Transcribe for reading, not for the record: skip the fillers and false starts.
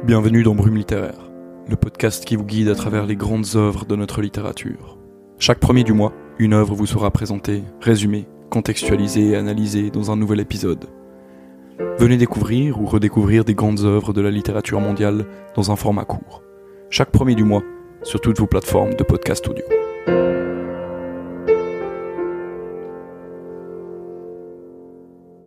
Bienvenue dans Brume littéraire, le podcast qui vous guide à travers les grandes œuvres de notre littérature. Chaque premier du mois, une œuvre vous sera présentée, résumée, contextualisée et analysée dans un nouvel épisode. Venez découvrir ou redécouvrir des grandes œuvres de la littérature mondiale dans un format court. Chaque premier du mois, sur toutes vos plateformes de podcast audio.